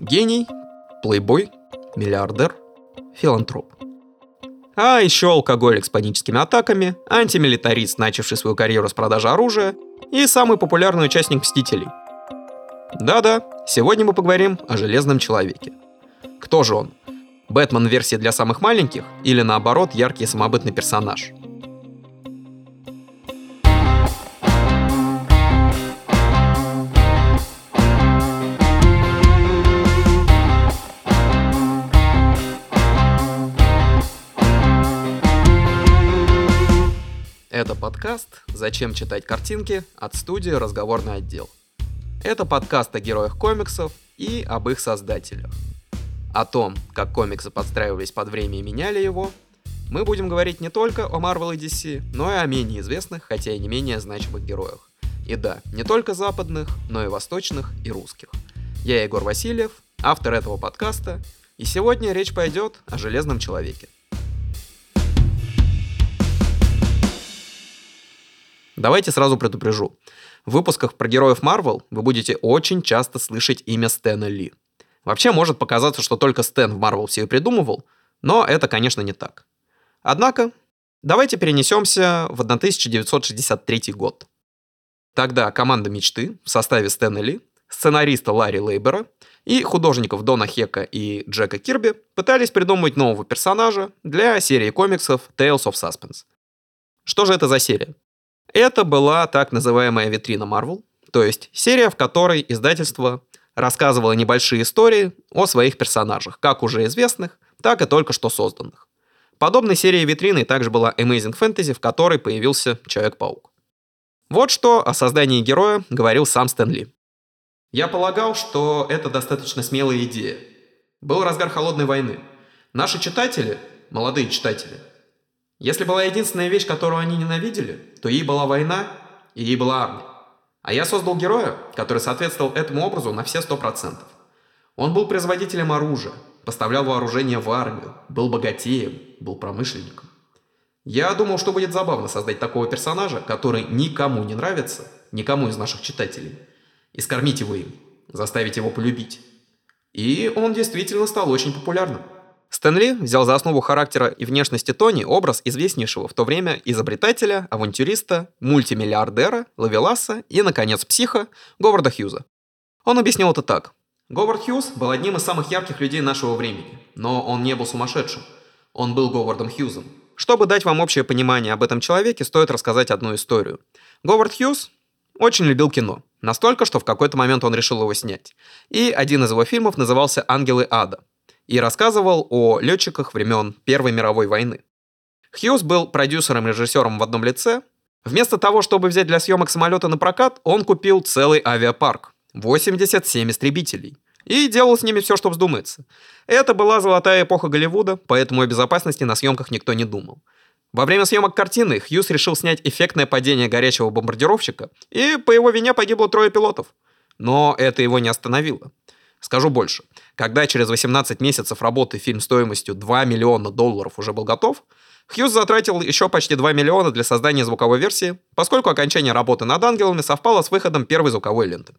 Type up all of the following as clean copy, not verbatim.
Гений, плейбой, миллиардер, филантроп. А еще алкоголик с паническими атаками, антимилитарист, начавший свою карьеру с продажи оружия, и самый популярный участник «Мстителей». Да-да, сегодня мы поговорим о Железном Человеке. Кто же он? Бэтмен в версии для самых маленьких или наоборот яркий и самобытный персонаж? Это подкаст «Зачем читать картинки» от студии «Разговорный отдел». Это подкаст о героях комиксов и об их создателях. О том, как комиксы подстраивались под время и меняли его, мы будем говорить не только о Marvel и DC, но и о менее известных, хотя и не менее значимых героях. И да, не только западных, но и восточных и русских. Я Егор Васильев, автор этого подкаста, и сегодня речь пойдет о Железном Человеке. Давайте сразу предупрежу. В выпусках про героев Marvel вы будете очень часто слышать имя Стэна Ли. Вообще может показаться, что только Стэн в Marvel все и придумывал, но это, конечно, не так. Однако, давайте перенесемся в 1963 год. Тогда команда мечты в составе Стэна Ли, сценариста Ларри Лейбера и художников Дона Хека и Джека Кирби пытались придумать нового персонажа для серии комиксов Tales of Suspense. Что же это за серия? Это была так называемая витрина Marvel, то есть серия, в которой издательство рассказывало небольшие истории о своих персонажах, как уже известных, так и только что созданных. Подобной серией витриной также была Amazing Fantasy, в которой появился Человек-паук. Вот что о создании героя говорил сам Стэн Ли. «Я полагал, что это достаточно смелая идея. Был разгар холодной войны. Наши читатели, молодые читатели, если была единственная вещь, которую они ненавидели, то ей была война и ей была армия. А я создал героя, который соответствовал этому образу на все 100%. Он был производителем оружия, поставлял вооружение в армию, был богатеем, был промышленником. Я думал, что будет забавно создать такого персонажа, который никому не нравится, никому из наших читателей, и скормить его им, заставить его полюбить. И он действительно стал очень популярным. Стэн Ли взял за основу характера и внешности Тони образ известнейшего в то время изобретателя, авантюриста, мультимиллиардера, ловеласа и, наконец, психа Говарда Хьюза. Он объяснил это так. Говард Хьюз был одним из самых ярких людей нашего времени, но он не был сумасшедшим. Он был Говардом Хьюзом. Чтобы дать вам общее понимание об этом человеке, стоит рассказать одну историю. Говард Хьюз очень любил кино. Настолько, что в какой-то момент он решил его снять. И один из его фильмов назывался «Ангелы ада» и рассказывал о летчиках времен Первой мировой войны. Хьюз был продюсером и режиссером в одном лице. Вместо того, чтобы взять для съемок самолета на прокат, он купил целый авиапарк, 87 истребителей, и делал с ними все, что вздумается. Это была золотая эпоха Голливуда, поэтому о безопасности на съемках никто не думал. Во время съемок картины Хьюз решил снять эффектное падение горячего бомбардировщика, и по его вине погибло 3 пилотов. Но это его не остановило. Скажу больше. Когда через 18 месяцев работы фильм стоимостью $2 миллиона уже был готов, Хьюз затратил еще почти 2 миллиона для создания звуковой версии, поскольку окончание работы над «Ангелами» совпало с выходом первой звуковой ленты.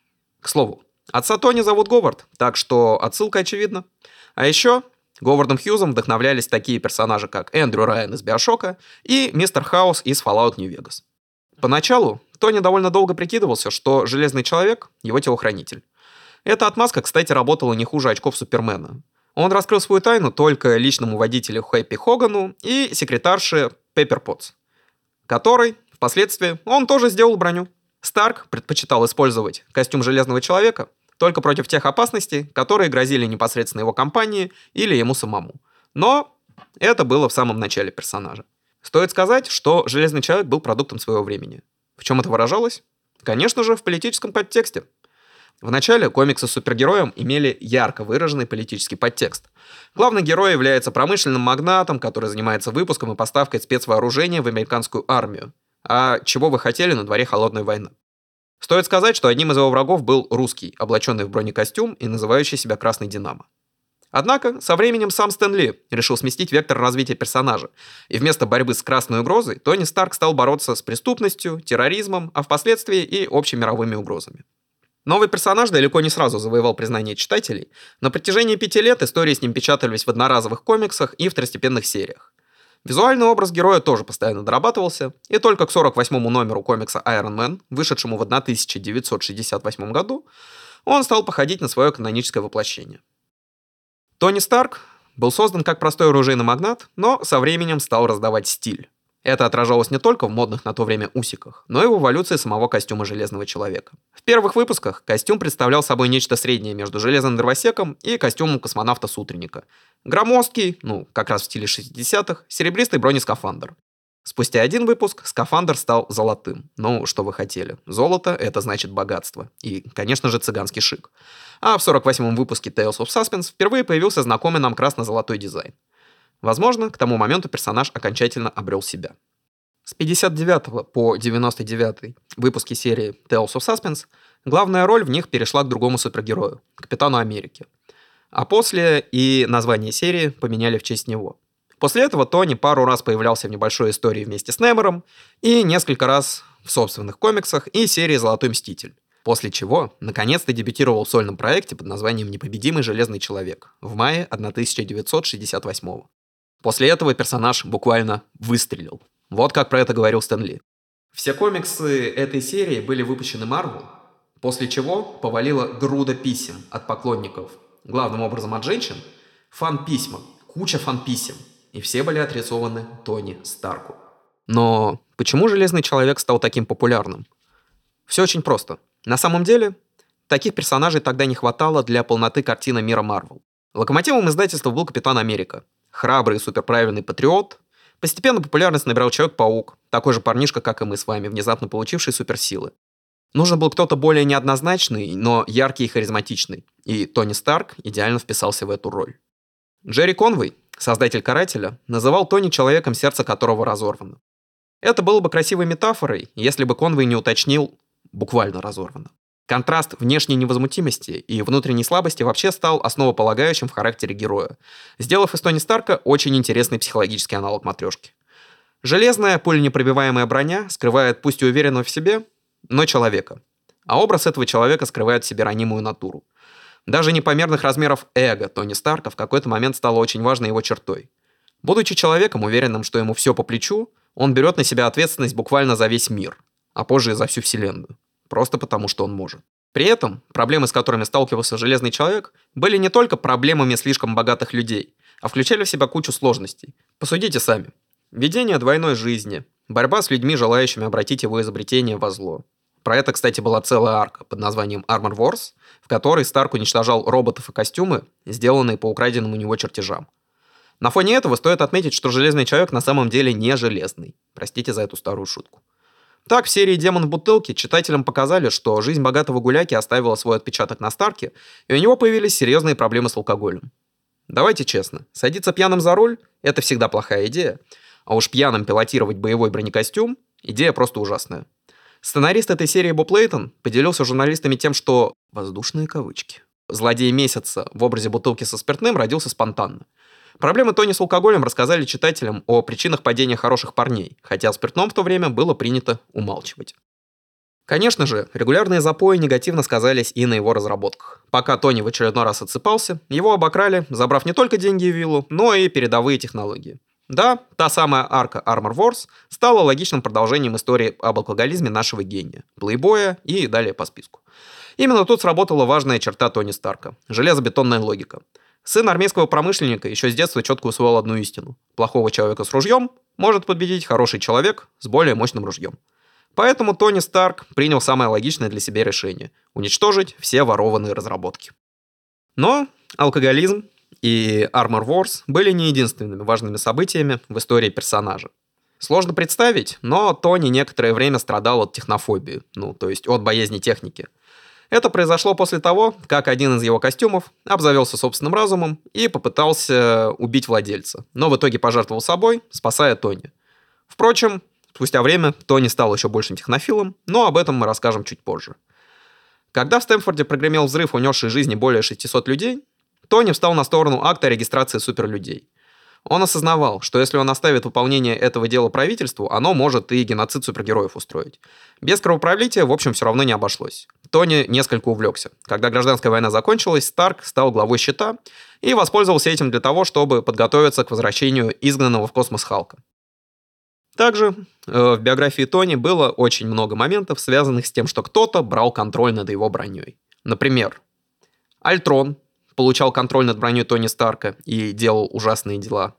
К слову, отца Тони зовут Говард, так что отсылка очевидна. А еще Говардом Хьюзом вдохновлялись такие персонажи, как Эндрю Райан из «Биошока» и Мистер Хаус из Fallout New Vegas. Поначалу Тони довольно долго прикидывался, что Железный Человек — его телохранитель. Эта отмазка, кстати, работала не хуже очков Супермена. Он раскрыл свою тайну только личному водителю Хэппи Хогану и секретарше Пеппер Потс, которой, впоследствии, он тоже сделал броню. Старк предпочитал использовать костюм Железного Человека только против тех опасностей, которые грозили непосредственно его компании или ему самому. Но это было в самом начале персонажа. Стоит сказать, что Железный Человек был продуктом своего времени. В чем это выражалось? Конечно же, в политическом подтексте. Вначале комиксы с супергероем имели ярко выраженный политический подтекст. Главный герой является промышленным магнатом, который занимается выпуском и поставкой спецвооружения в американскую армию. А чего вы хотели на дворе холодной войны? Стоит сказать, что одним из его врагов был русский, облаченный в бронекостюм и называющий себя Красный Динамо. Однако, со временем сам Стэн Ли решил сместить вектор развития персонажа, и вместо борьбы с красной угрозой Тони Старк стал бороться с преступностью, терроризмом, а впоследствии и общемировыми угрозами. Новый персонаж далеко не сразу завоевал признание читателей. На протяжении 5 лет истории с ним печатались в одноразовых комиксах и второстепенных сериях. Визуальный образ героя тоже постоянно дорабатывался, и только к 48-му номеру комикса Iron Man, вышедшему в 1968 году, он стал походить на свое каноническое воплощение. Тони Старк был создан как простой оружейный магнат, но со временем стал раздавать стиль. Это отражалось не только в модных на то время усиках, но и в эволюции самого костюма Железного Человека. В первых выпусках костюм представлял собой нечто среднее между Железным Дровосеком и костюмом космонавта с утренника. Громоздкий, как раз в стиле 60-х, серебристый бронескафандр. Спустя один выпуск скафандр стал золотым. Что вы хотели? Золото — это значит богатство. И, конечно же, цыганский шик. А в 48-м выпуске Tales of Suspense впервые появился знакомый нам красно-золотой дизайн. Возможно, к тому моменту персонаж окончательно обрел себя. С 59 по 99 выпуски серии Tales of Suspense главная роль в них перешла к другому супергерою — Капитану Америке. А после и название серии поменяли в честь него. После этого Тони пару раз появлялся в небольшой истории вместе с Немором и несколько раз в собственных комиксах и серии «Золотой Мститель». После чего, наконец-то, дебютировал в сольном проекте под названием «Непобедимый Железный Человек» в мае 1968. После этого персонаж буквально выстрелил. Вот как про это говорил Стэн Ли. Все комиксы этой серии были выпущены Marvel, после чего повалила груда писем от поклонников, главным образом от женщин, фан-письма, куча фан-писем, и все были адресованы Тони Старку. Но почему Железный Человек стал таким популярным? Все очень просто. На самом деле, таких персонажей тогда не хватало для полноты картины мира Marvel. Локомотивом издательства был Капитан Америка. Храбрый и суперправильный патриот. Постепенно популярность набирал Человек-паук, такой же парнишка, как и мы с вами, внезапно получивший суперсилы. Нужен был кто-то более неоднозначный, но яркий и харизматичный. И Тони Старк идеально вписался в эту роль. Джерри Конвей, создатель «Карателя», называл Тони человеком, сердце которого разорвано. Это было бы красивой метафорой, если бы Конвей не уточнил «буквально разорвано». Контраст внешней невозмутимости и внутренней слабости вообще стал основополагающим в характере героя, сделав из Тони Старка очень интересный психологический аналог матрешки. Железная, пуленепробиваемая броня скрывает пусть и уверенного в себе, но человека. А образ этого человека скрывает в себе ранимую натуру. Даже непомерных размеров эго Тони Старка в какой-то момент стало очень важной его чертой. Будучи человеком, уверенным, что ему все по плечу, он берет на себя ответственность буквально за весь мир, а позже и за всю вселенную. Просто потому, что он может. При этом проблемы, с которыми сталкивался Железный Человек, были не только проблемами слишком богатых людей, а включали в себя кучу сложностей. Посудите сами. Ведение двойной жизни, борьба с людьми, желающими обратить его изобретение во зло. Про это, кстати, была целая арка под названием Armor Wars, в которой Старк уничтожал роботов и костюмы, сделанные по украденным у него чертежам. На фоне этого стоит отметить, что Железный Человек на самом деле не железный. Простите за эту старую шутку. Так, в серии «Демон в бутылке» читателям показали, что жизнь богатого гуляки оставила свой отпечаток на Старке, и у него появились серьезные проблемы с алкоголем. Давайте честно, садиться пьяным за руль – это всегда плохая идея, а уж пьяным пилотировать боевой бронекостюм – идея просто ужасная. Сценарист этой серии Боб Лейтон поделился с журналистами тем, что «воздушные кавычки». Злодей месяца в образе бутылки со спиртным родился спонтанно. Проблемы Тони с алкоголем рассказали читателям о причинах падения хороших парней, хотя о спиртном в то время было принято умалчивать. Конечно же, регулярные запои негативно сказались и на его разработках. Пока Тони в очередной раз отсыпался, его обокрали, забрав не только деньги и виллу, но и передовые технологии. Да, та самая арка Armor Wars стала логичным продолжением истории об алкоголизме нашего гения, плейбоя и далее по списку. Именно тут сработала важная черта Тони Старка – железобетонная логика. Сын армейского промышленника еще с детства четко усвоил одну истину. Плохого человека с ружьем может победить хороший человек с более мощным ружьем. Поэтому Тони Старк принял самое логичное для себя решение – уничтожить все ворованные разработки. Но алкоголизм и Armor Wars были не единственными важными событиями в истории персонажа. Сложно представить, но Тони некоторое время страдал от технофобии, то есть от боязни техники. Это произошло после того, как один из его костюмов обзавелся собственным разумом и попытался убить владельца, но в итоге пожертвовал собой, спасая Тони. Впрочем, спустя время Тони стал еще большим технофилом, но об этом мы расскажем чуть позже. Когда в Стэнфорде прогремел взрыв, унесший жизни более 600 людей, Тони встал на сторону акта о регистрации суперлюдей. Он осознавал, что если он оставит выполнение этого дела правительству, оно может и геноцид супергероев устроить. Без кровопролития, в общем, все равно не обошлось. Тони несколько увлекся. Когда гражданская война закончилась, Старк стал главой Щита и воспользовался этим для того, чтобы подготовиться к возвращению изгнанного в космос Халка. Также в биографии Тони было очень много моментов, связанных с тем, что кто-то брал контроль над его броней. Например, Альтрон получал контроль над броней Тони Старка и делал ужасные дела.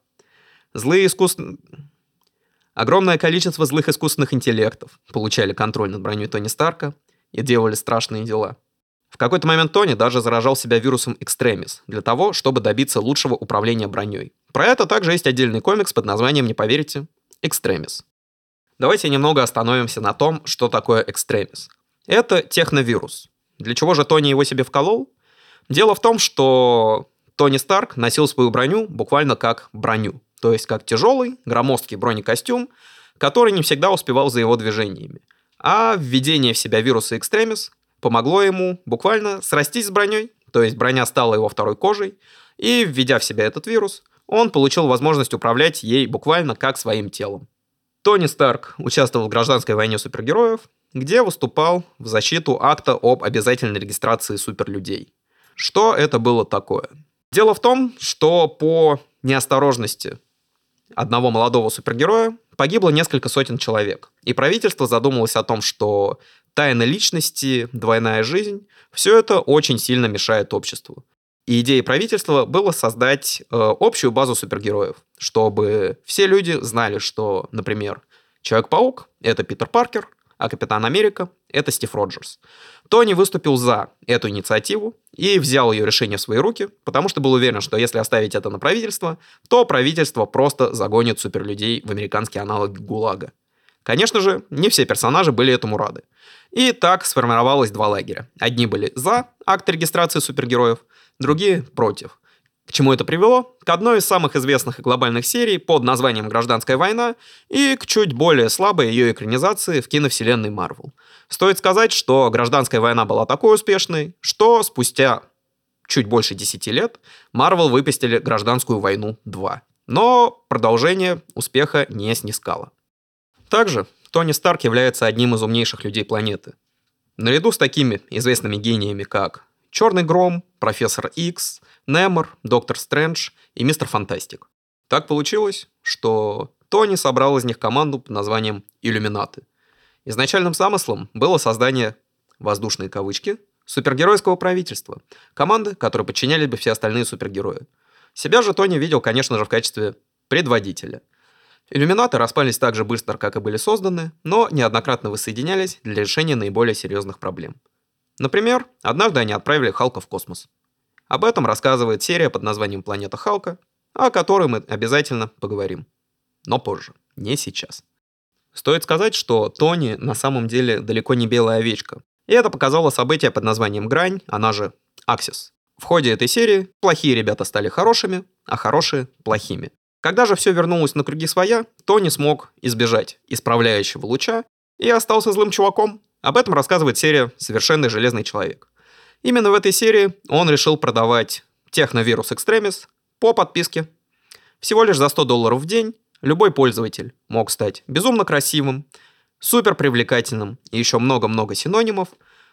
Огромное количество злых искусственных интеллектов получали контроль над броней Тони Старка и делали страшные дела. В какой-то момент Тони даже заражал себя вирусом Экстремис для того, чтобы добиться лучшего управления броней. Про это также есть отдельный комикс под названием, не поверите, Экстремис. Давайте немного остановимся на том, что такое Экстремис. Это техновирус. Для чего же Тони его себе вколол? Дело в том, что Тони Старк носил свою броню буквально как броню. То есть как тяжелый, громоздкий бронекостюм, который не всегда успевал за его движениями. А введение в себя вируса Экстремис помогло ему буквально срастись с броней, то есть броня стала его второй кожей, и, введя в себя этот вирус, он получил возможность управлять ей буквально как своим телом. Тони Старк участвовал в гражданской войне супергероев, где выступал в защиту акта об обязательной регистрации суперлюдей. Что это было такое? Дело в том, что по неосторожности одного молодого супергероя погибло несколько сотен человек. И правительство задумалось о том, что тайна личности, двойная жизнь, все это очень сильно мешает обществу. И идеей правительства было создать общую базу супергероев, чтобы все люди знали, что, например, Человек-паук — это Питер Паркер, а Капитан Америка — это Стив Роджерс. Тони выступил за эту инициативу и взял ее решение в свои руки, потому что был уверен, что если оставить это на правительство, то правительство просто загонит суперлюдей в американский аналог ГУЛАГа. Конечно же, не все персонажи были этому рады. И так сформировалось два лагеря. Одни были за акт регистрации супергероев, другие против. К чему это привело? К одной из самых известных и глобальных серий под названием «Гражданская война» и к чуть более слабой ее экранизации в киновселенной Marvel. Стоит сказать, что «Гражданская война» была такой успешной, что спустя чуть больше 10 лет Marvel выпустили «Гражданскую войну 2». Но продолжение успеха не снискало. Также Тони Старк является одним из умнейших людей планеты. Наряду с такими известными гениями, как Черный Гром, Профессор Икс, Немор, Доктор Стрэндж и Мистер Фантастик. Так получилось, что Тони собрал из них команду под названием «Иллюминаты». Изначальным замыслом было создание, воздушные кавычки, супергеройского правительства, команды, которой подчинялись бы все остальные супергерои. Себя же Тони видел, конечно же, в качестве предводителя. Иллюминаты распались так же быстро, как и были созданы, но неоднократно воссоединялись для решения наиболее серьезных проблем. Например, однажды они отправили Халка в космос. Об этом рассказывает серия под названием «Планета Халка», о которой мы обязательно поговорим. Но позже, не сейчас. Стоит сказать, что Тони на самом деле далеко не белая овечка. И это показало событие под названием «Грань», она же «Аксис». В ходе этой серии плохие ребята стали хорошими, а хорошие – плохими. Когда же все вернулось на круги своя, Тони смог избежать исправляющего луча и остался злым чуваком. Об этом рассказывает серия «Совершенный железный человек». Именно в этой серии он решил продавать техновирус Экстремис по подписке. Всего лишь за $100 в день любой пользователь мог стать безумно красивым, супер привлекательным и еще много-много синонимов.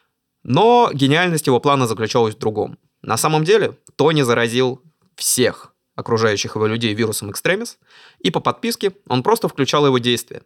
Но гениальность его плана заключалась в другом. На самом деле Тони заразил всех окружающих его людей вирусом Экстремис, и по подписке он просто включал его действия.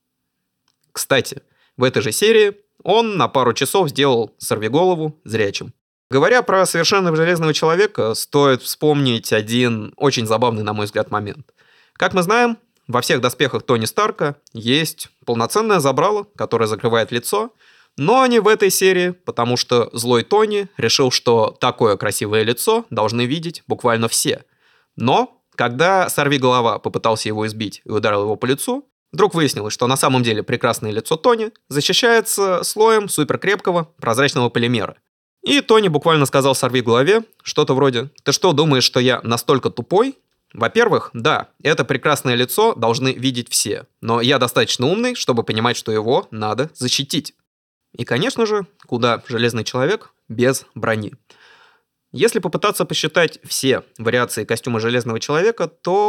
Кстати, в этой же серии он на пару часов сделал сорвиголову зрячим. Говоря про совершенно железного человека, стоит вспомнить один очень забавный, на мой взгляд, момент. Как мы знаем, во всех доспехах Тони Старка есть полноценное забрало, которое закрывает лицо, но не в этой серии, потому что злой Тони решил, что такое красивое лицо должны видеть буквально все. Но когда сорвиголова попытался его избить и ударил его по лицу, вдруг выяснилось, что на самом деле прекрасное лицо Тони защищается слоем суперкрепкого прозрачного полимера. И Тони буквально сказал сорвиголове что-то вроде: «Ты что, думаешь, что я настолько тупой?» Во-первых, да, это прекрасное лицо должны видеть все, но я достаточно умный, чтобы понимать, что его надо защитить. И, конечно же, куда железный человек без брони. Если попытаться посчитать все вариации костюма Железного Человека,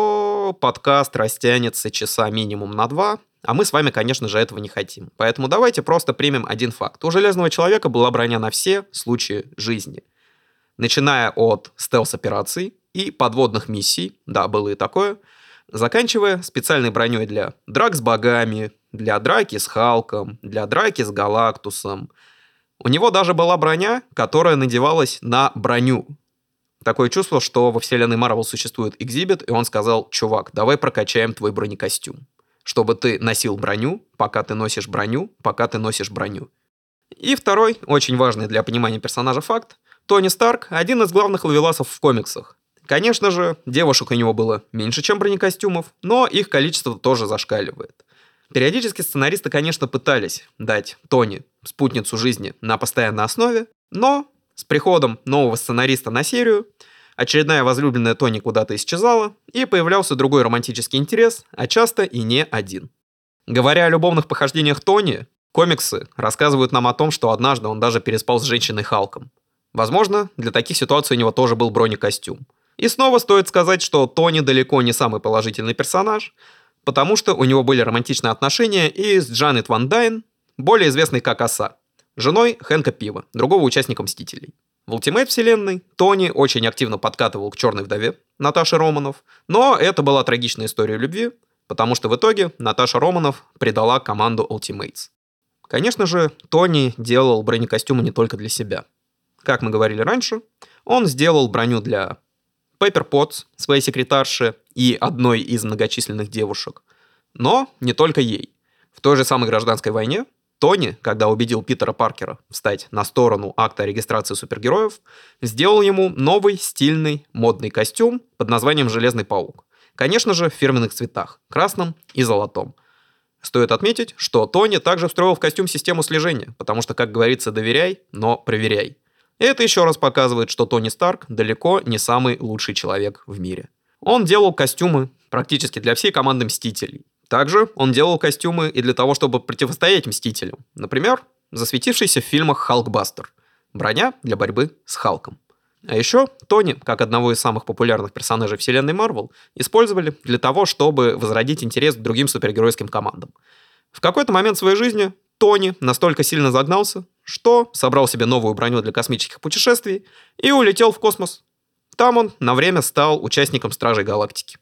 то подкаст растянется часа минимум на 2, а мы с вами, конечно же, этого не хотим. Поэтому давайте просто примем один факт. У Железного Человека была броня на все случаи жизни. Начиная от стелс-операций и подводных миссий, да, было и такое, заканчивая специальной броней для драк с богами, для драки с Халком, для драки с Галактусом. У него даже была броня, которая надевалась на броню. Такое чувство, что во вселенной Марвел существует экзибит, и он сказал: чувак, давай прокачаем твой бронекостюм, чтобы ты носил броню, пока ты носишь броню, пока ты носишь броню. И второй, очень важный для понимания персонажа факт: Тони Старк — один из главных ловеласов в комиксах. Конечно же, девушек у него было меньше, чем бронекостюмов, но их количество тоже зашкаливает. Периодически сценаристы, конечно, пытались дать Тони спутницу жизни на постоянной основе, но с приходом нового сценариста на серию очередная возлюбленная Тони куда-то исчезала, и появлялся другой романтический интерес, а часто и не один. Говоря о любовных похождениях Тони, комиксы рассказывают нам о том, что однажды он даже переспал с женщиной Халком. Возможно, для таких ситуаций у него тоже был бронекостюм. И снова стоит сказать, что Тони далеко не самый положительный персонаж, потому что у него были романтичные отношения и с Джанет Ван Дайн, более известной как Оса, женой Хэнка Пива, другого участника «Мстителей». В Ultimate вселенной Тони очень активно подкатывал к черной вдове Наташе Романов, но это была трагичная история любви, потому что в итоге Наташа Романов предала команду Ultimates. Конечно же, Тони делал бронекостюмы не только для себя. Как мы говорили раньше, он сделал броню для Пеппер Потс, своей секретарши и одной из многочисленных девушек. Но не только ей. В той же самой гражданской войне Тони, когда убедил Питера Паркера встать на сторону акта о регистрации супергероев, сделал ему новый стильный модный костюм под названием «Железный паук». Конечно же, в фирменных цветах – красном и золотом. Стоит отметить, что Тони также встроил в костюм систему слежения, потому что, как говорится, доверяй, но проверяй. И это еще раз показывает, что Тони Старк далеко не самый лучший человек в мире. Он делал костюмы практически для всей команды Мстителей. Также он делал костюмы и для того, чтобы противостоять Мстителям. Например, засветившийся в фильмах Халкбастер. Броня для борьбы с Халком. А еще Тони, как одного из самых популярных персонажей вселенной Марвел, использовали для того, чтобы возродить интерес к другим супергеройским командам. В какой-то момент своей жизни Тони настолько сильно загнался, что собрал себе новую броню для космических путешествий и улетел в космос. Там он на время стал участником Стражей Галактики.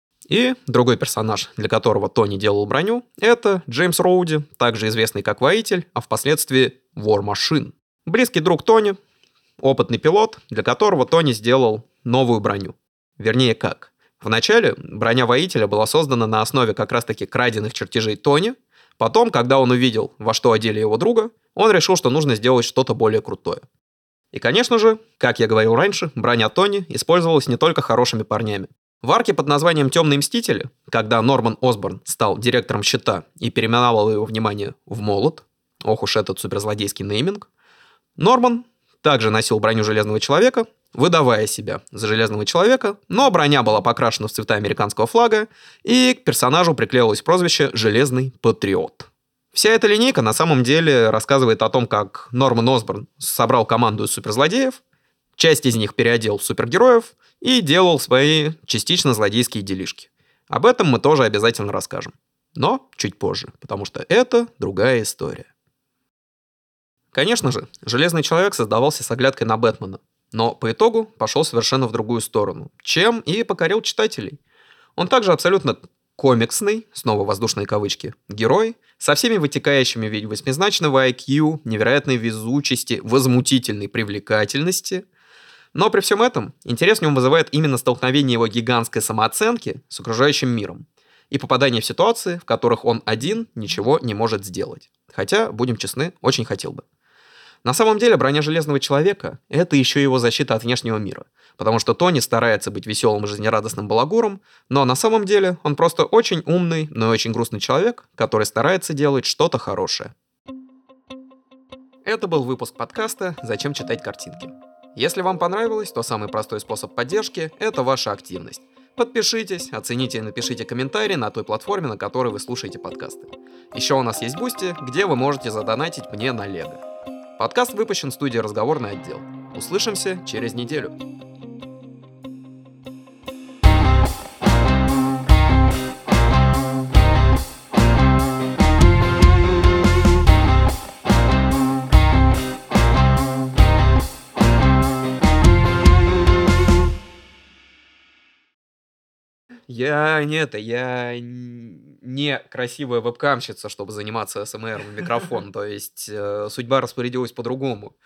И другой персонаж, для которого Тони делал броню, это Джеймс Роуди, также известный как Воитель, а впоследствии War Machine. Близкий друг Тони, опытный пилот, для которого Тони сделал новую броню. Вернее, как. Вначале броня Воителя была создана на основе как раз-таки краденных чертежей Тони. Потом, когда он увидел, во что одели его друга, он решил, что нужно сделать что-то более крутое. И, конечно же, как я говорил раньше, броня Тони использовалась не только хорошими парнями. В арке под названием «Темные мстители», когда Норман Осборн стал директором Щита и переименовал его внимание в Молот, ох уж этот суперзлодейский нейминг, Норман также носил броню Железного Человека, выдавая себя за Железного Человека, но броня была покрашена в цвета американского флага, и к персонажу приклеилось прозвище «Железный Патриот». Вся эта линейка на самом деле рассказывает о том, как Норман Осборн собрал команду из суперзлодеев, часть из них переодел в супергероев и делал свои частично злодейские делишки. Об этом мы тоже обязательно расскажем. Но чуть позже, потому что это другая история. Конечно же, Железный Человек создавался с оглядкой на Бэтмена, но по итогу пошел совершенно в другую сторону, чем и покорил читателей. Он также абсолютно комиксный, снова воздушные кавычки, герой, со всеми вытекающими в виде восьмизначного IQ, невероятной везучести, возмутительной привлекательности. Но при всем этом интерес в нем вызывает именно столкновение его гигантской самооценки с окружающим миром и попадание в ситуации, в которых он один ничего не может сделать. Хотя, будем честны, очень хотел бы. На самом деле, броня Железного Человека — это еще его защита от внешнего мира, потому что Тони старается быть веселым и жизнерадостным балагуром, но на самом деле он просто очень умный, но и очень грустный человек, который старается делать что-то хорошее. Это был выпуск подкаста «Зачем читать картинки?». Если вам понравилось, то самый простой способ поддержки — это ваша активность. Подпишитесь, оцените и напишите комментарий на той платформе, на которой вы слушаете подкасты. Еще у нас есть Boosty, где вы можете задонатить мне на Лего. Подкаст выпущен студией «Разговорный отдел». Услышимся через неделю. Я не красивая вебкамщица, чтобы заниматься СМР в микрофон. То есть судьба распорядилась по-другому.